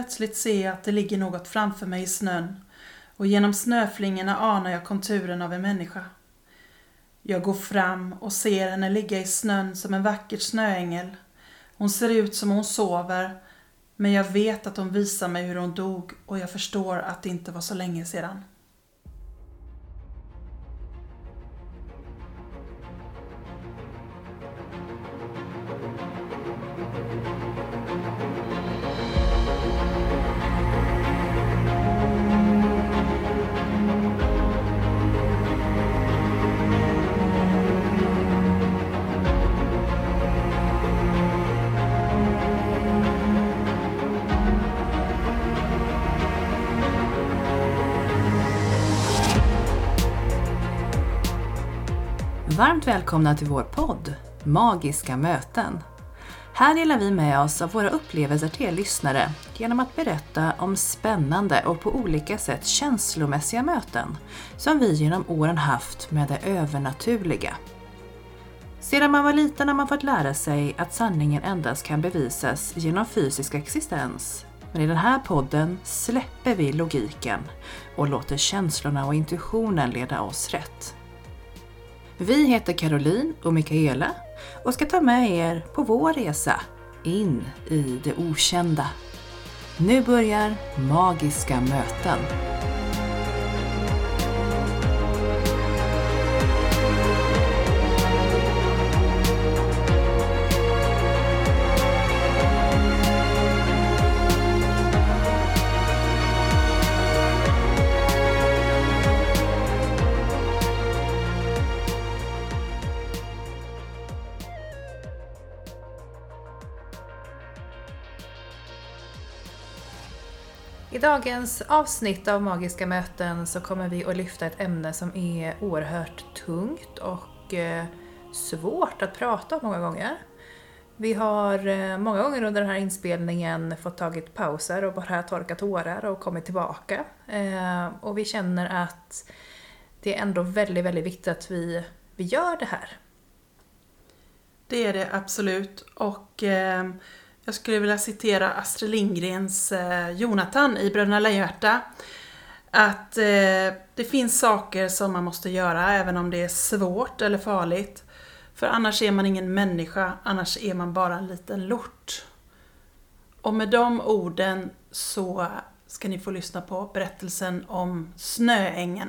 Plötsligt ser jag att det ligger något framför mig i snön och genom snöflingorna anar jag konturen av en människa. Jag går fram och ser henne ligga i snön som en vacker snöängel. Hon ser ut som hon sover, men jag vet att hon visar mig hur hon dog och jag förstår att det inte var så länge sedan. Varmt välkomna till vår podd, Magiska möten. Här delar vi med oss av våra upplevelser till lyssnare genom att berätta om spännande och på olika sätt känslomässiga möten som vi genom åren haft med det övernaturliga. Sedan man var liten har man fått lära sig att sanningen endast kan bevisas genom fysisk existens. Men i den här podden släpper vi logiken och låter känslorna och intuitionen leda oss rätt. Vi heter Caroline och Mikaela och ska ta med er på vår resa in i det okända. Nu börjar Magiska möten. I dagens avsnitt av Magiska möten så kommer vi att lyfta ett ämne som är oerhört tungt och svårt att prata om många gånger. Vi har många gånger under den här inspelningen fått tagit pauser och bara torkat tårar och kommit tillbaka. Och vi känner att det är ändå väldigt, väldigt viktigt att vi gör det här. Det är det absolut, och jag skulle vilja citera Astrid Lindgrens Jonathan i Bröderna Lejonhjärta. Att det finns saker som man måste göra även om det är svårt eller farligt. För annars är man ingen människa, annars är man bara en liten lort. Och med de orden så ska ni få lyssna på berättelsen om Snöängen.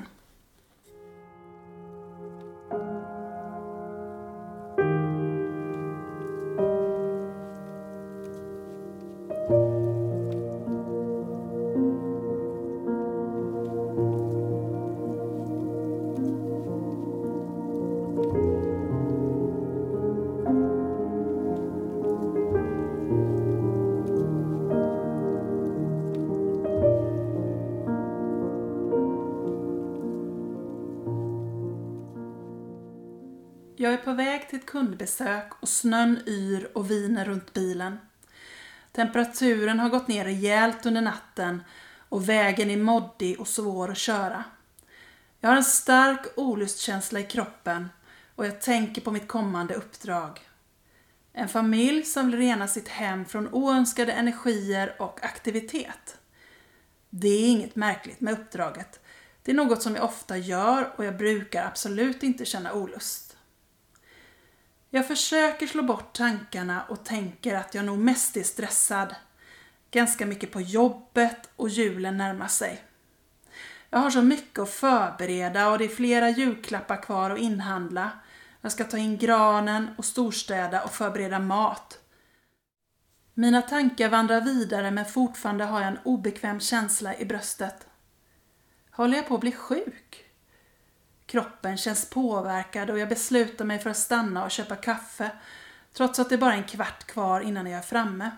Jag är på väg till ett kundbesök och snön yr och viner runt bilen. Temperaturen har gått ner rejält under natten och vägen är moddig och svår att köra. Jag har en stark olustkänsla i kroppen och jag tänker på mitt kommande uppdrag. En familj som vill rena sitt hem från oönskade energier och aktivitet. Det är inget märkligt med uppdraget. Det är något som jag ofta gör och jag brukar absolut inte känna olust. Jag försöker slå bort tankarna och tänker att jag nog mest är stressad. Ganska mycket på jobbet och julen närmar sig. Jag har så mycket att förbereda och det är flera julklappar kvar att inhandla. Jag ska ta in granen och storstäda och förbereda mat. Mina tankar vandrar vidare men fortfarande har jag en obekväm känsla i bröstet. Håller jag på att bli sjuk? Kroppen känns påverkad och jag beslutar mig för att stanna och köpa kaffe trots att det bara är en kvart kvar innan jag är framme.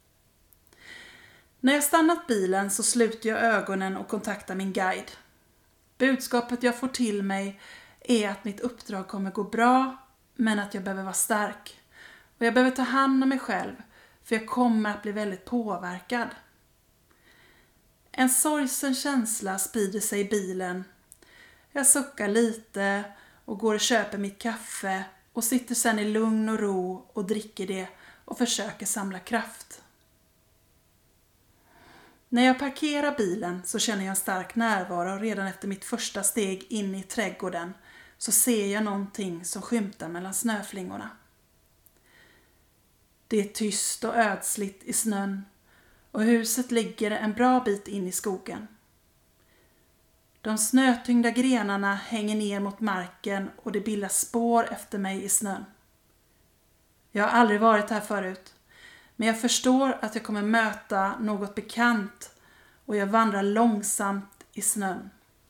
När jag stannat bilen så sluter jag ögonen och kontaktar min guide. Budskapet jag får till mig är att mitt uppdrag kommer gå bra men att jag behöver vara stark. Och jag behöver ta hand om mig själv för jag kommer att bli väldigt påverkad. En sorgsen känsla sprider sig i bilen. Jag suckar lite och går och köper mitt kaffe och sitter sedan i lugn och ro och dricker det och försöker samla kraft. När jag parkerar bilen så känner jag en stark närvaro. Redan efter mitt första steg in i trädgården så ser jag någonting som skymtar mellan snöflingorna. Det är tyst och ödsligt i snön och huset ligger en bra bit in i skogen. De snötyngda grenarna hänger ner mot marken och det bildar spår efter mig i snön. Jag har aldrig varit här förut, men jag förstår att jag kommer möta något bekant och jag vandrar långsamt i snön.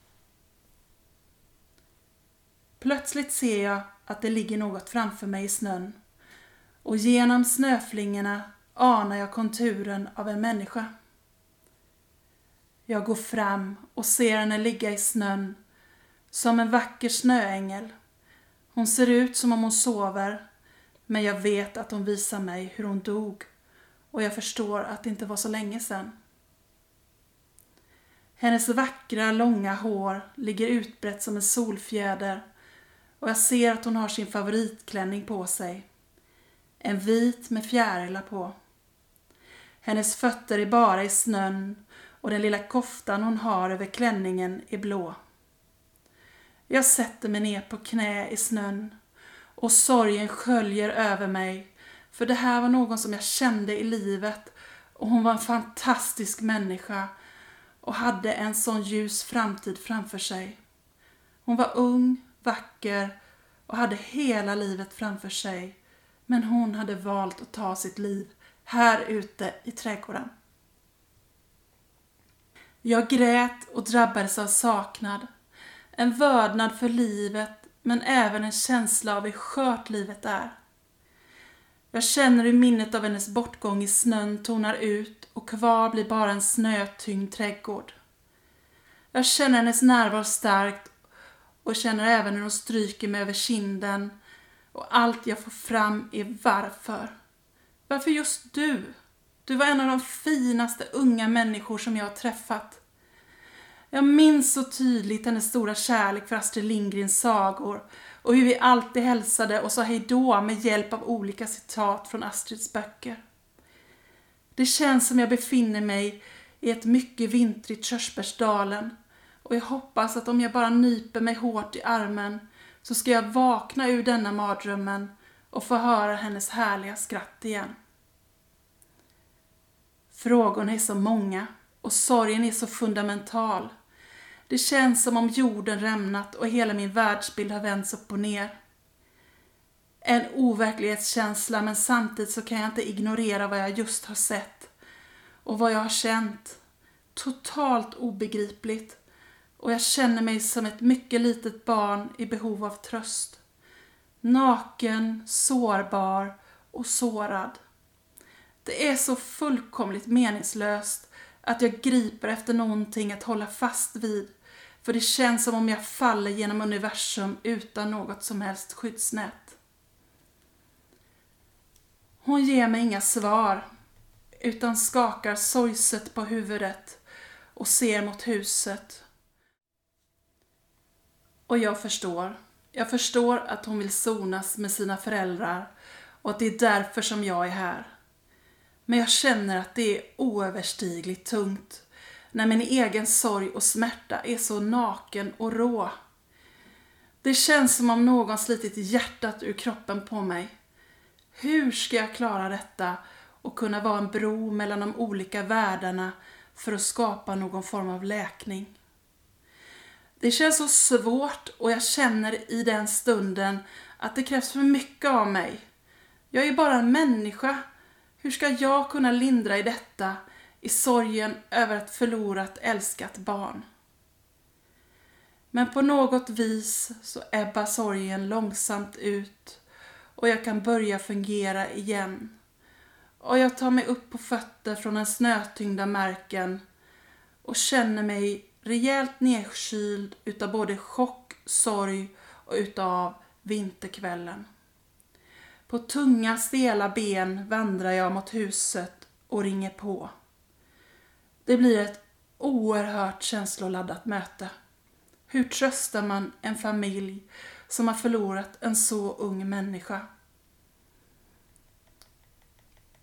Plötsligt ser jag att det ligger något framför mig i snön och genom snöflingorna anar jag konturen av en människa. Jag går fram och ser henne ligga i snön som en vacker snöängel. Hon ser ut som om hon sover, men jag vet att hon visar mig hur hon dog och jag förstår att det inte var så länge sedan. Hennes vackra långa hår ligger utbrett som en solfjäder och jag ser att hon har sin favoritklänning på sig. En vit med fjärilar på. Hennes fötter är bara i snön och den lilla koftan hon har över klänningen är blå. Jag sätter mig ner på knä i snön och sorgen sköljer över mig, för det här var någon som jag kände i livet och hon var en fantastisk människa och hade en sån ljus framtid framför sig. Hon var ung, vacker och hade hela livet framför sig, men hon hade valt att ta sitt liv här ute i trädgården. Jag grät och drabbades av saknad, en vördnad för livet, men även en känsla av hur skört livet är. Jag känner hur minnet av hennes bortgång i snön tonar ut och kvar blir bara en snötyngd trädgård. Jag känner hennes närvaro starkt och känner även hur hon stryker mig över kinden och allt jag får fram är varför. Varför just du? Du var en av de finaste unga människor som jag har träffat. Jag minns så tydligt hennes stora kärlek för Astrid Lindgrens sagor och hur vi alltid hälsade och sa hejdå med hjälp av olika citat från Astrids böcker. Det känns som jag befinner mig i ett mycket vintrigt Körsbärsdalen och jag hoppas att om jag bara nyper mig hårt i armen så ska jag vakna ur denna mardrömmen och få höra hennes härliga skratt igen. Frågorna är så många och sorgen är så fundamental. Det känns som om jorden rämnat och hela min världsbild har vänts upp och ner. En overklighetskänsla, men samtidigt så kan jag inte ignorera vad jag just har sett och vad jag har känt. Totalt obegripligt och jag känner mig som ett mycket litet barn i behov av tröst. Naken, sårbar och sårad. Det är så fullkomligt meningslöst att jag griper efter någonting att hålla fast vid, för det känns som om jag faller genom universum utan något som helst skyddsnät. Hon ger mig inga svar utan skakar sorgset på huvudet och ser mot huset. Och jag förstår att hon vill sonas med sina föräldrar och att det är därför som jag är här. Men jag känner att det är oöverstigligt tungt när min egen sorg och smärta är så naken och rå. Det känns som om någon slitit hjärtat ur kroppen på mig. Hur ska jag klara detta och kunna vara en bro mellan de olika världarna för att skapa någon form av läkning? Det känns så svårt och jag känner i den stunden att det krävs för mycket av mig. Jag är bara en människa. Hur ska jag kunna lindra i detta, i sorgen över ett förlorat älskat barn? Men på något vis så ebbar sorgen långsamt ut och jag kan börja fungera igen. Och jag tar mig upp på fötter från den snötyngda marken och känner mig rejält nedkyld utav både chock, sorg och utav vinterkvällen. På tunga, stela ben vandrar jag mot huset och ringer på. Det blir ett oerhört känsloladdat möte. Hur tröstar man en familj som har förlorat en så ung människa?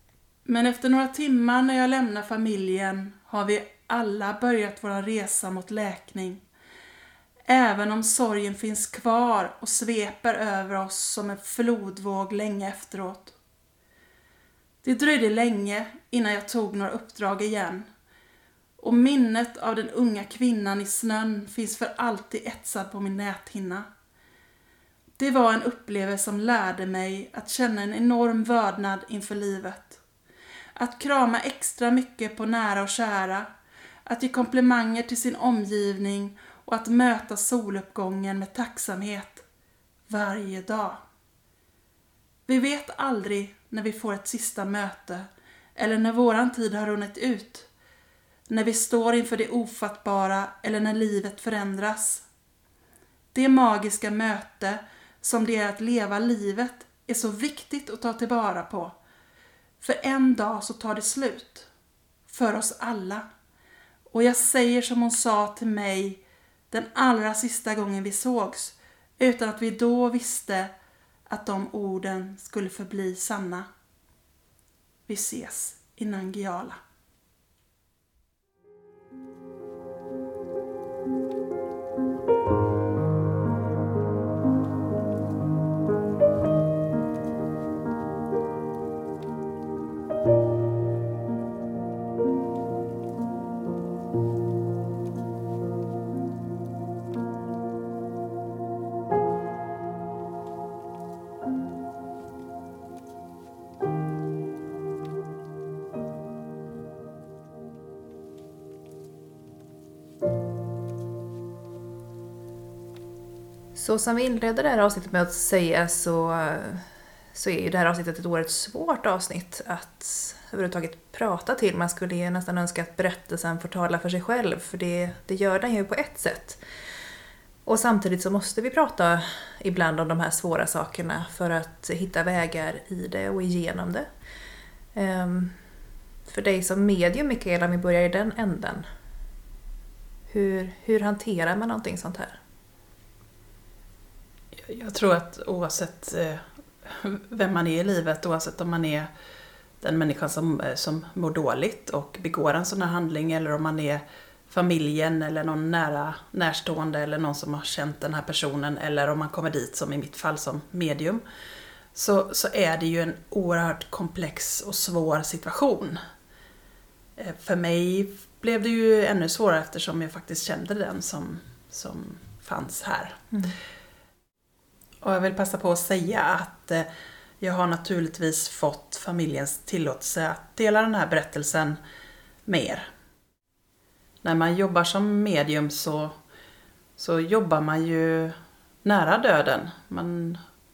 Men efter några timmar när jag lämnar familjen har vi alla börjat vår resa mot läkning. Även om sorgen finns kvar och sveper över oss som en flodvåg länge efteråt. Det dröjde länge innan jag tog några uppdrag igen. Och minnet av den unga kvinnan i snön finns för alltid etsad på min näthinna. Det var en upplevelse som lärde mig att känna en enorm vördnad inför livet. Att krama extra mycket på nära och kära. Att ge komplimanger till sin omgivning och att möta soluppgången med tacksamhet varje dag. Vi vet aldrig när vi får ett sista möte eller när våran tid har runnit ut. När vi står inför det ofattbara eller när livet förändras. Det magiska möte som det är att leva livet är så viktigt att ta tillvara på. För en dag så tar det slut. För oss alla. Och jag säger som hon sa till mig den allra sista gången vi sågs. Utan att vi då visste att de orden skulle förbli sanna. Vi ses i Nangijala. Så som vi inledde det här avsnittet med att säga så är ju det här avsnittet ett oerhört svårt avsnitt att överhuvudtaget prata till. Man skulle ju nästan önska att berättelsen får tala för sig själv, för det gör den ju på ett sätt. Och samtidigt så måste vi prata ibland om de här svåra sakerna för att hitta vägar i det och igenom det. För dig som medium, Mikaela, om vi börjar i den änden. Hur hanterar man någonting sånt här? Jag tror att oavsett vem man är i livet, oavsett om man är den människan som mår dåligt och begår en sån här handling, eller om man är familjen eller någon närstående eller någon som har känt den här personen, eller om man kommer dit som i mitt fall som medium, så är det ju en oerhört komplex och svår situation. För mig blev det ju ännu svårare eftersom jag faktiskt kände den som fanns här. Mm. Och jag vill passa på att säga att jag har naturligtvis fått familjens tillåtelse att dela den här berättelsen med er. När man jobbar som medium så jobbar man ju nära döden. Man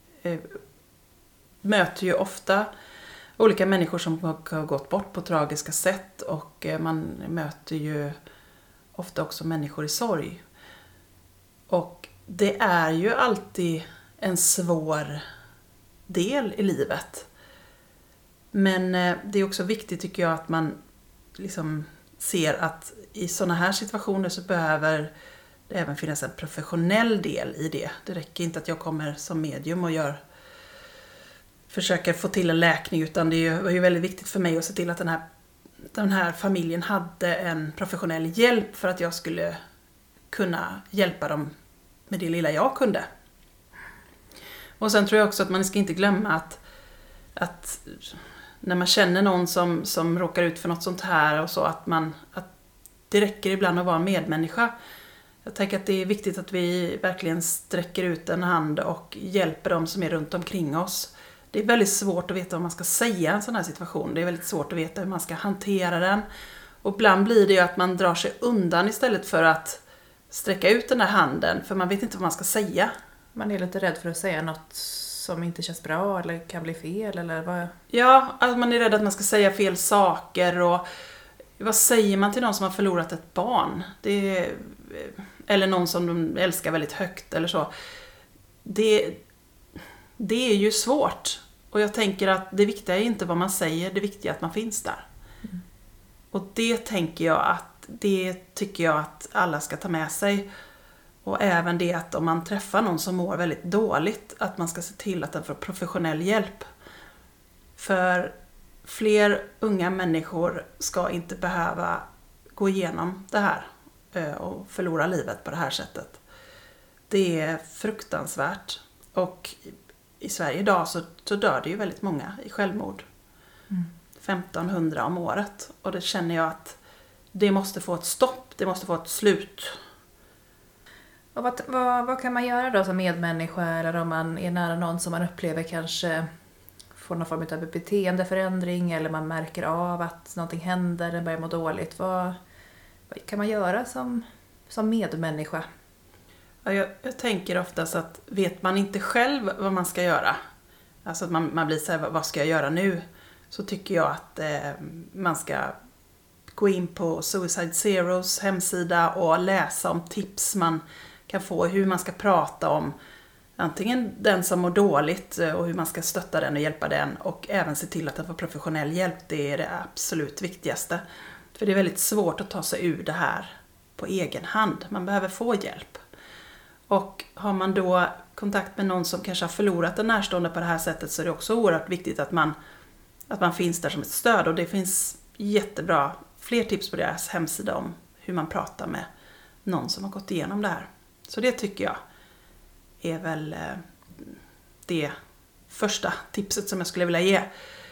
möter ju ofta olika människor som har gått bort på tragiska sätt, och man möter ju ofta också människor i sorg. Och det är ju alltid en svår del i livet. Men det är också viktigt, tycker jag, att man liksom ser att i sådana här situationer så behöver det även finnas en professionell del i det. Det räcker inte att jag kommer som medium och försöker få till en läkning, utan det var ju väldigt viktigt för mig att se till att den här familjen hade en professionell hjälp för att jag skulle kunna hjälpa dem med det lilla jag kunde. Och sen tror jag också att man ska inte glömma att när man känner någon som råkar ut för något sånt här och så, att det räcker ibland att vara medmänniska. Jag tänker att det är viktigt att vi verkligen sträcker ut en hand och hjälper dem som är runt omkring oss. Det är väldigt svårt att veta vad man ska säga i en sån här situation. Det är väldigt svårt att veta hur man ska hantera den. Och ibland blir det ju att man drar sig undan istället för att sträcka ut den här handen, för man vet inte vad man ska säga. Man är lite rädd för att säga något som inte känns bra eller kan bli fel, eller vad? Ja, att man är rädd att man ska säga fel saker, och vad säger man till någon som har förlorat ett barn? Eller någon som de älskar väldigt högt eller så. Det är ju svårt. Och jag tänker att det viktiga är inte vad man säger, det viktiga är att man finns där. Mm. Och det tycker jag att alla ska ta med sig. Och även det att om man träffar någon som mår väldigt dåligt, att man ska se till att den får professionell hjälp. För fler unga människor ska inte behöva gå igenom det här och förlora livet på det här sättet. Det är fruktansvärt. Och i Sverige idag så dör det ju väldigt många i självmord. 1500 om året. Och det känner jag att det måste få ett stopp, det måste få ett slut. Och vad kan man göra då som medmänniska, eller om man är nära någon som man upplever kanske får någon form av beteendeförändring, eller man märker av att någonting händer, den börjar må dåligt. Vad kan man göra som medmänniska? Ja, jag tänker oftast att vet man inte själv vad man ska göra, alltså att man blir så här, vad ska jag göra nu? Så tycker jag att man ska gå in på Suicide Zeros hemsida och läsa om tips man kan få, hur man ska prata om antingen den som mår dåligt och hur man ska stötta den och hjälpa den, och även se till att den får professionell hjälp. Det är det absolut viktigaste. För det är väldigt svårt att ta sig ur det här på egen hand. Man behöver få hjälp. Och har man då kontakt med någon som kanske har förlorat en närstående på det här sättet, så är det också oerhört viktigt att man finns där som ett stöd. Och det finns jättebra fler tips på deras hemsida om hur man pratar med någon som har gått igenom det här. Så det tycker jag är väl det första tipset som jag skulle vilja ge.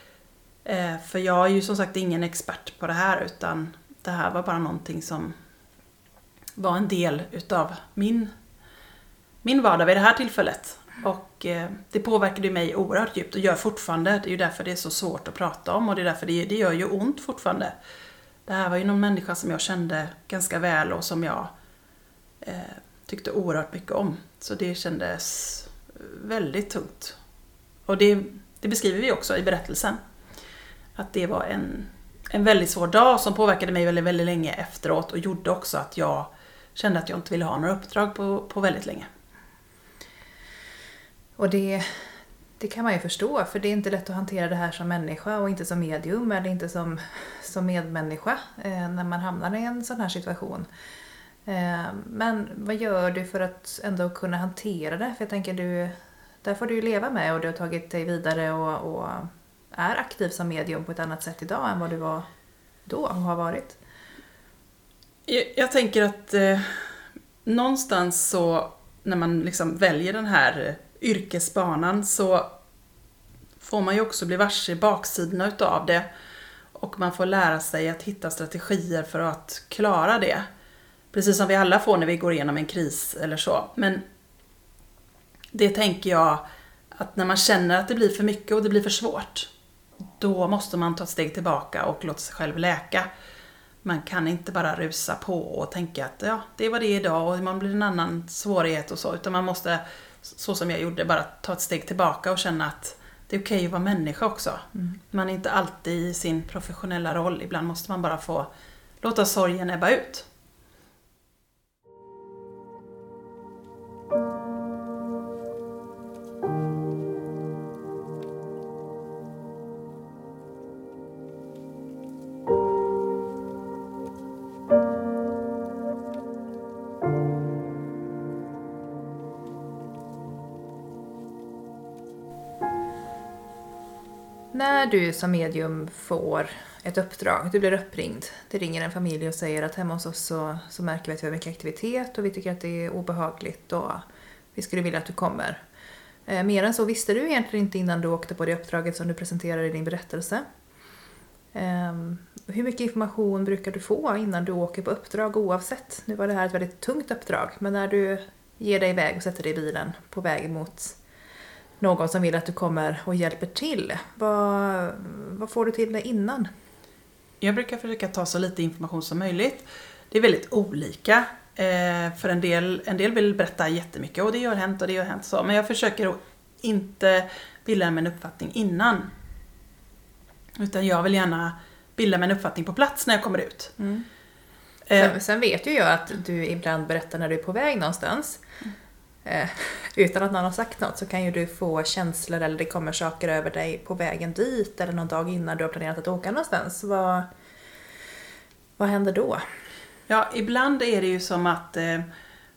För jag är ju som sagt ingen expert på det här, utan det här var bara någonting som var en del utav min vardag vid det här tillfället. Och det påverkade mig oerhört djupt och gör fortfarande. Det är ju därför det är så svårt att prata om, och det är därför det gör ju ont fortfarande. Det här var ju någon människa som jag kände ganska väl och som jag tyckte oerhört mycket om. Så det kändes väldigt tungt. Och det beskriver vi också i berättelsen. Att det var en väldigt svår dag som påverkade mig väldigt, väldigt länge efteråt, och gjorde också att jag kände att jag inte ville ha några uppdrag på väldigt länge. Och det kan man ju förstå, för det är inte lätt att hantera det här som människa och inte som medium, eller inte som medmänniska när man hamnar i en sån här situation. Men vad gör du för att ändå kunna hantera det? För jag tänker, där får du ju leva med, och du har tagit dig vidare och är aktiv som medium på ett annat sätt idag än vad du var då och har varit. Jag tänker att någonstans så när man liksom väljer den här yrkesbanan, så får man ju också bli varse baksidorna utav det, och man får lära sig att hitta strategier för att klara det. Precis som vi alla får när vi går igenom en kris eller så. Men det tänker jag att när man känner att det blir för mycket och det blir för svårt, då måste man ta ett steg tillbaka och låta sig själv läka. Man kan inte bara rusa på och tänka att ja, det var det idag och man blir en annan svårighet och så. Utan man måste, så som jag gjorde, bara ta ett steg tillbaka och känna att det är okej att vara människa också. Man är inte alltid i sin professionella roll. Ibland måste man bara få låta sorgen ebba ut. När du som medium får ett uppdrag, du blir uppringd, det ringer en familj och säger att hemma hos oss så märker vi att vi har mycket aktivitet och vi tycker att det är obehagligt och vi skulle vilja att du kommer. Mer än så visste du egentligen inte innan du åkte på det uppdraget som du presenterar i din berättelse. Hur mycket information brukar du få innan du åker på uppdrag oavsett? Nu var det här ett väldigt tungt uppdrag, men när du ger dig iväg och sätter dig i bilen på väg mot någon som vill att du kommer och hjälper till. Vad får du till dig innan? Jag brukar försöka ta så lite information som möjligt. Det är väldigt olika. För en del vill berätta jättemycket och det har hänt och det har hänt så. Men jag försöker att inte bilda mig en uppfattning innan. Utan jag vill gärna bilda mig en uppfattning på plats när jag kommer ut. Sen vet ju jag att du ibland berättar när du är på väg någonstans. Utan att någon har sagt något så kan ju du få känslor eller det kommer saker över dig på vägen dit eller någon dag innan du har planerat att åka någonstans. Vad händer då? Ja, ibland är det ju som att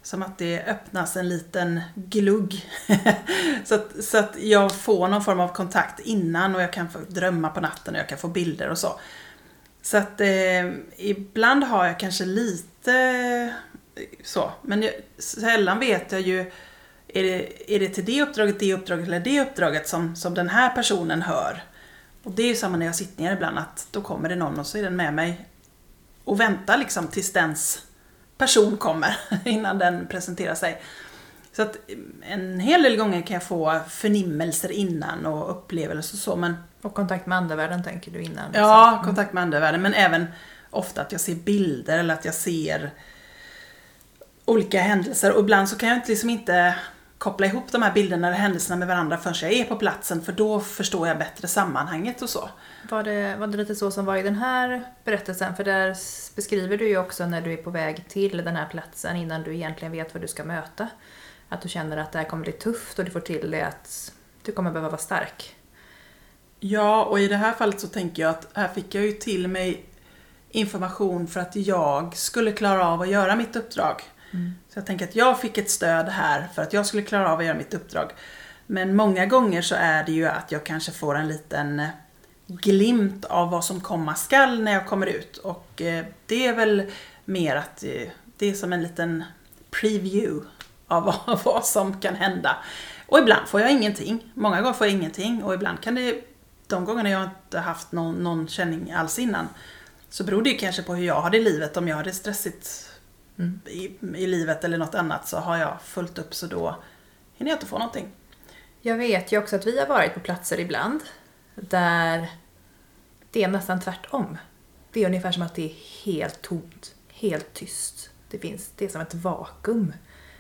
som att det öppnas en liten glugg. så att jag får någon form av kontakt innan och jag kan få drömma på natten och jag kan få bilder och så. Så att ibland har jag kanske lite så. Men sällan vet jag ju, är det till det uppdraget eller det uppdraget som den här personen hör. Och det är ju samma när jag sitter ner ibland, att då kommer det någon och så är den med mig och väntar liksom tills dens person kommer innan den presenterar sig. Så att en hel del gånger kan jag få förnimmelser innan och upplevelser och så. Men och kontakt med andevärlden tänker du innan? Liksom. Ja, kontakt med andevärlden. Men även ofta att jag ser bilder eller att jag ser olika händelser. Och ibland så kan jag liksom inte koppla ihop de här bilderna eller händelserna med varandra förrän jag är på platsen. För då förstår jag bättre sammanhanget och så. Var det lite så som var i den här berättelsen? För där beskriver du ju också när du är på väg till den här platsen innan du egentligen vet vad du ska möta. Att du känner att det här kommer bli tufft och du får till det att du kommer behöva vara stark. Ja, och i det här fallet så tänker jag att här fick jag ju till mig information för att jag skulle klara av att göra mitt uppdrag. Så jag tänker att jag fick ett stöd här för att jag skulle klara av att göra mitt uppdrag. Men många gånger så är det ju att jag kanske får en liten glimt av vad som komma skall när jag kommer ut. Och det är väl mer att det är som en liten preview av vad som kan hända. Och ibland får jag ingenting. Många gånger får jag ingenting. Och ibland kan det, de gångerna jag inte haft någon känning alls innan, så beror det kanske på hur jag har det i livet. Om jag har det stressigt i livet eller något annat, så har jag fullt upp, så då hinner jag inte få någonting. Jag vet ju också att vi har varit på platser ibland där det är nästan tvärtom. Det är ungefär som att det är helt tomt, helt tyst. Det är som ett vakuum.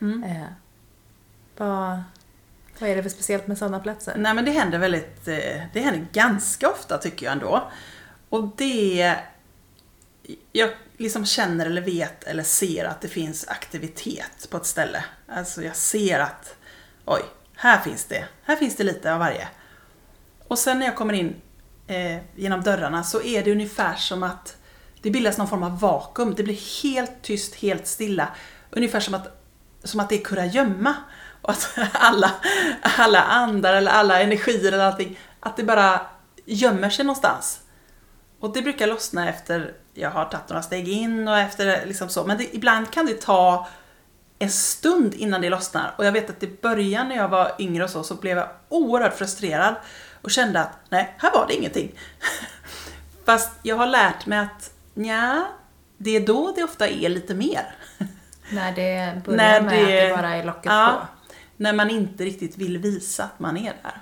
Vad är det för speciellt med sådana platser? Nej, men det händer ganska ofta tycker jag ändå. Och det, jag liksom känner eller vet eller ser att det finns aktivitet på ett ställe. Alltså jag ser att, oj, här finns det lite av varje. Och sen när jag kommer in genom dörrarna så är det ungefär som att det bildas någon form av vakuum. Det blir helt tyst, helt stilla. Ungefär som att det är kurragömma. Och att alla andar eller alla energier eller allting, att det bara gömmer sig någonstans. Och det brukar lossna efter jag har tagit några steg in och efter liksom så. Men ibland kan det ta en stund innan det lossnar. Och jag vet att i början när jag var yngre och så blev jag oerhört frustrerad och kände att nej, här var det ingenting. Fast jag har lärt mig att det är då det ofta är lite mer. När det börjar med att det bara är locket på. När man inte riktigt vill visa att man är där.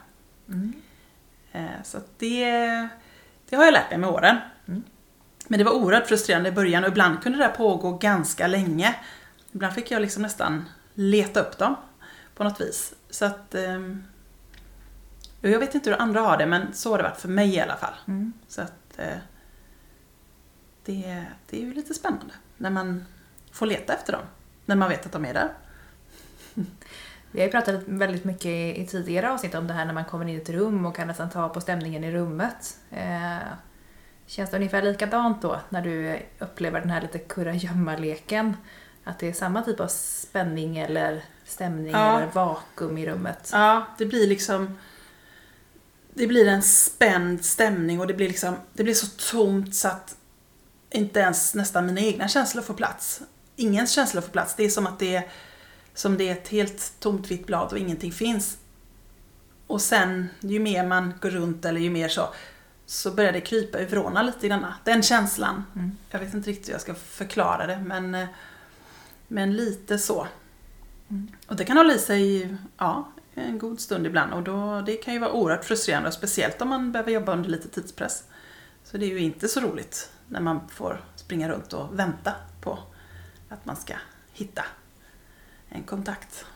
Så att det har jag lärt mig med åren. Men det var oerhört frustrerande i början och ibland kunde det där pågå ganska länge. Ibland fick jag liksom nästan leta upp dem på något vis. Så att jag vet inte hur andra har det, men så har det varit för mig i alla fall. Så att det är ju lite spännande när man får leta efter dem, när man vet att de är där. Vi har ju pratat väldigt mycket i tidigare avsnitt om det här när man kommer in i ett rum och kan nästan ta på stämningen i rummet. Känns det ungefär likadant då när du upplever den här lite kurragömma-leken? Att det är samma typ av spänning eller stämning eller vakuum i rummet? Ja, det blir liksom... Det blir en spänd stämning och det blir så tomt så att inte ens nästan mina egna känslor får plats. Ingens känslor får plats. Det är som att det är ett helt tomt vitt blad och ingenting finns. Och sen ju mer man går runt eller ju mer så börjar det krypa i vrårna lite grann. Den känslan. Jag vet inte riktigt hur jag ska förklara det, men lite så. Och det kan hålla i sig en god stund ibland. Och det kan ju vara oerhört frustrerande, och speciellt om man behöver jobba under lite tidspress. Så det är ju inte så roligt när man får springa runt och vänta på att man ska hitta en kontakt.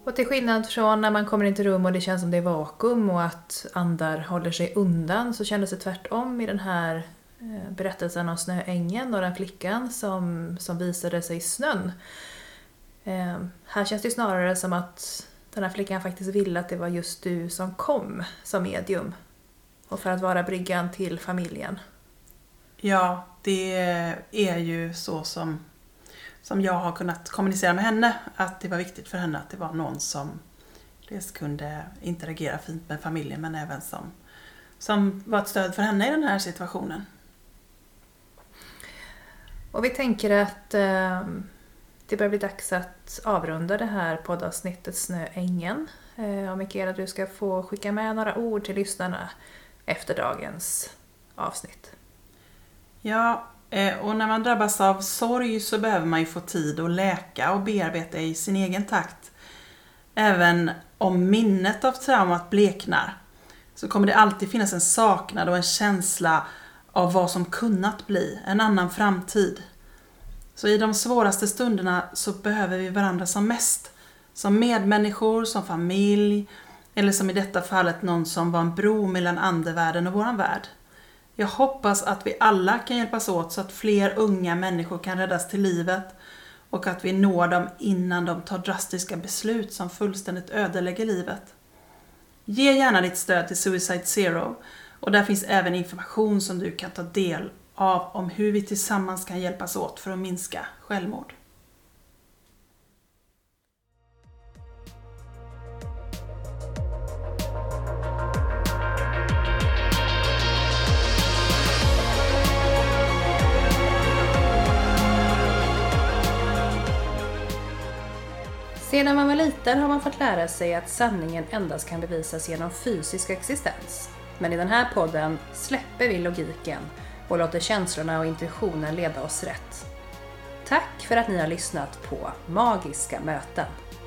Och till skillnad från när man kommer in till rum och det känns som det är vakuum och att andar håller sig undan, så kändes det tvärtom i den här berättelsen om Snöängen och den flickan som visade sig i snön. Här känns det snarare som att den här flickan faktiskt ville att det var just du som kom som medium. Och för att vara bryggan till familjen. Ja, det är ju så som jag har kunnat kommunicera med henne. Att det var viktigt för henne att det var någon som dels kunde interagera fint med familjen, men även som var ett stöd för henne i den här situationen. Och vi tänker att det börjar bli dags att avrunda det här poddavsnittet Snöängen. Och Mikaela, du ska få skicka med några ord till lyssnarna efter dagens avsnitt. Ja, och när man drabbas av sorg så behöver man ju få tid att läka och bearbeta i sin egen takt. Även om minnet av traumat bleknar så kommer det alltid finnas en saknad och en känsla av vad som kunnat bli, en annan framtid. Så i de svåraste stunderna så behöver vi varandra som mest. Som medmänniskor, som familj eller som i detta fallet någon som var en bro mellan andevärlden och våran värld. Jag hoppas att vi alla kan hjälpas åt så att fler unga människor kan räddas till livet och att vi når dem innan de tar drastiska beslut som fullständigt ödelägger livet. Ge gärna ditt stöd till Suicide Zero och där finns även information som du kan ta del av om hur vi tillsammans kan hjälpas åt för att minska självmord. Sedan man var liten har man fått lära sig att sanningen endast kan bevisas genom fysisk existens. Men i den här podden släpper vi logiken och låter känslorna och intuitionen leda oss rätt. Tack för att ni har lyssnat på Magiska möten.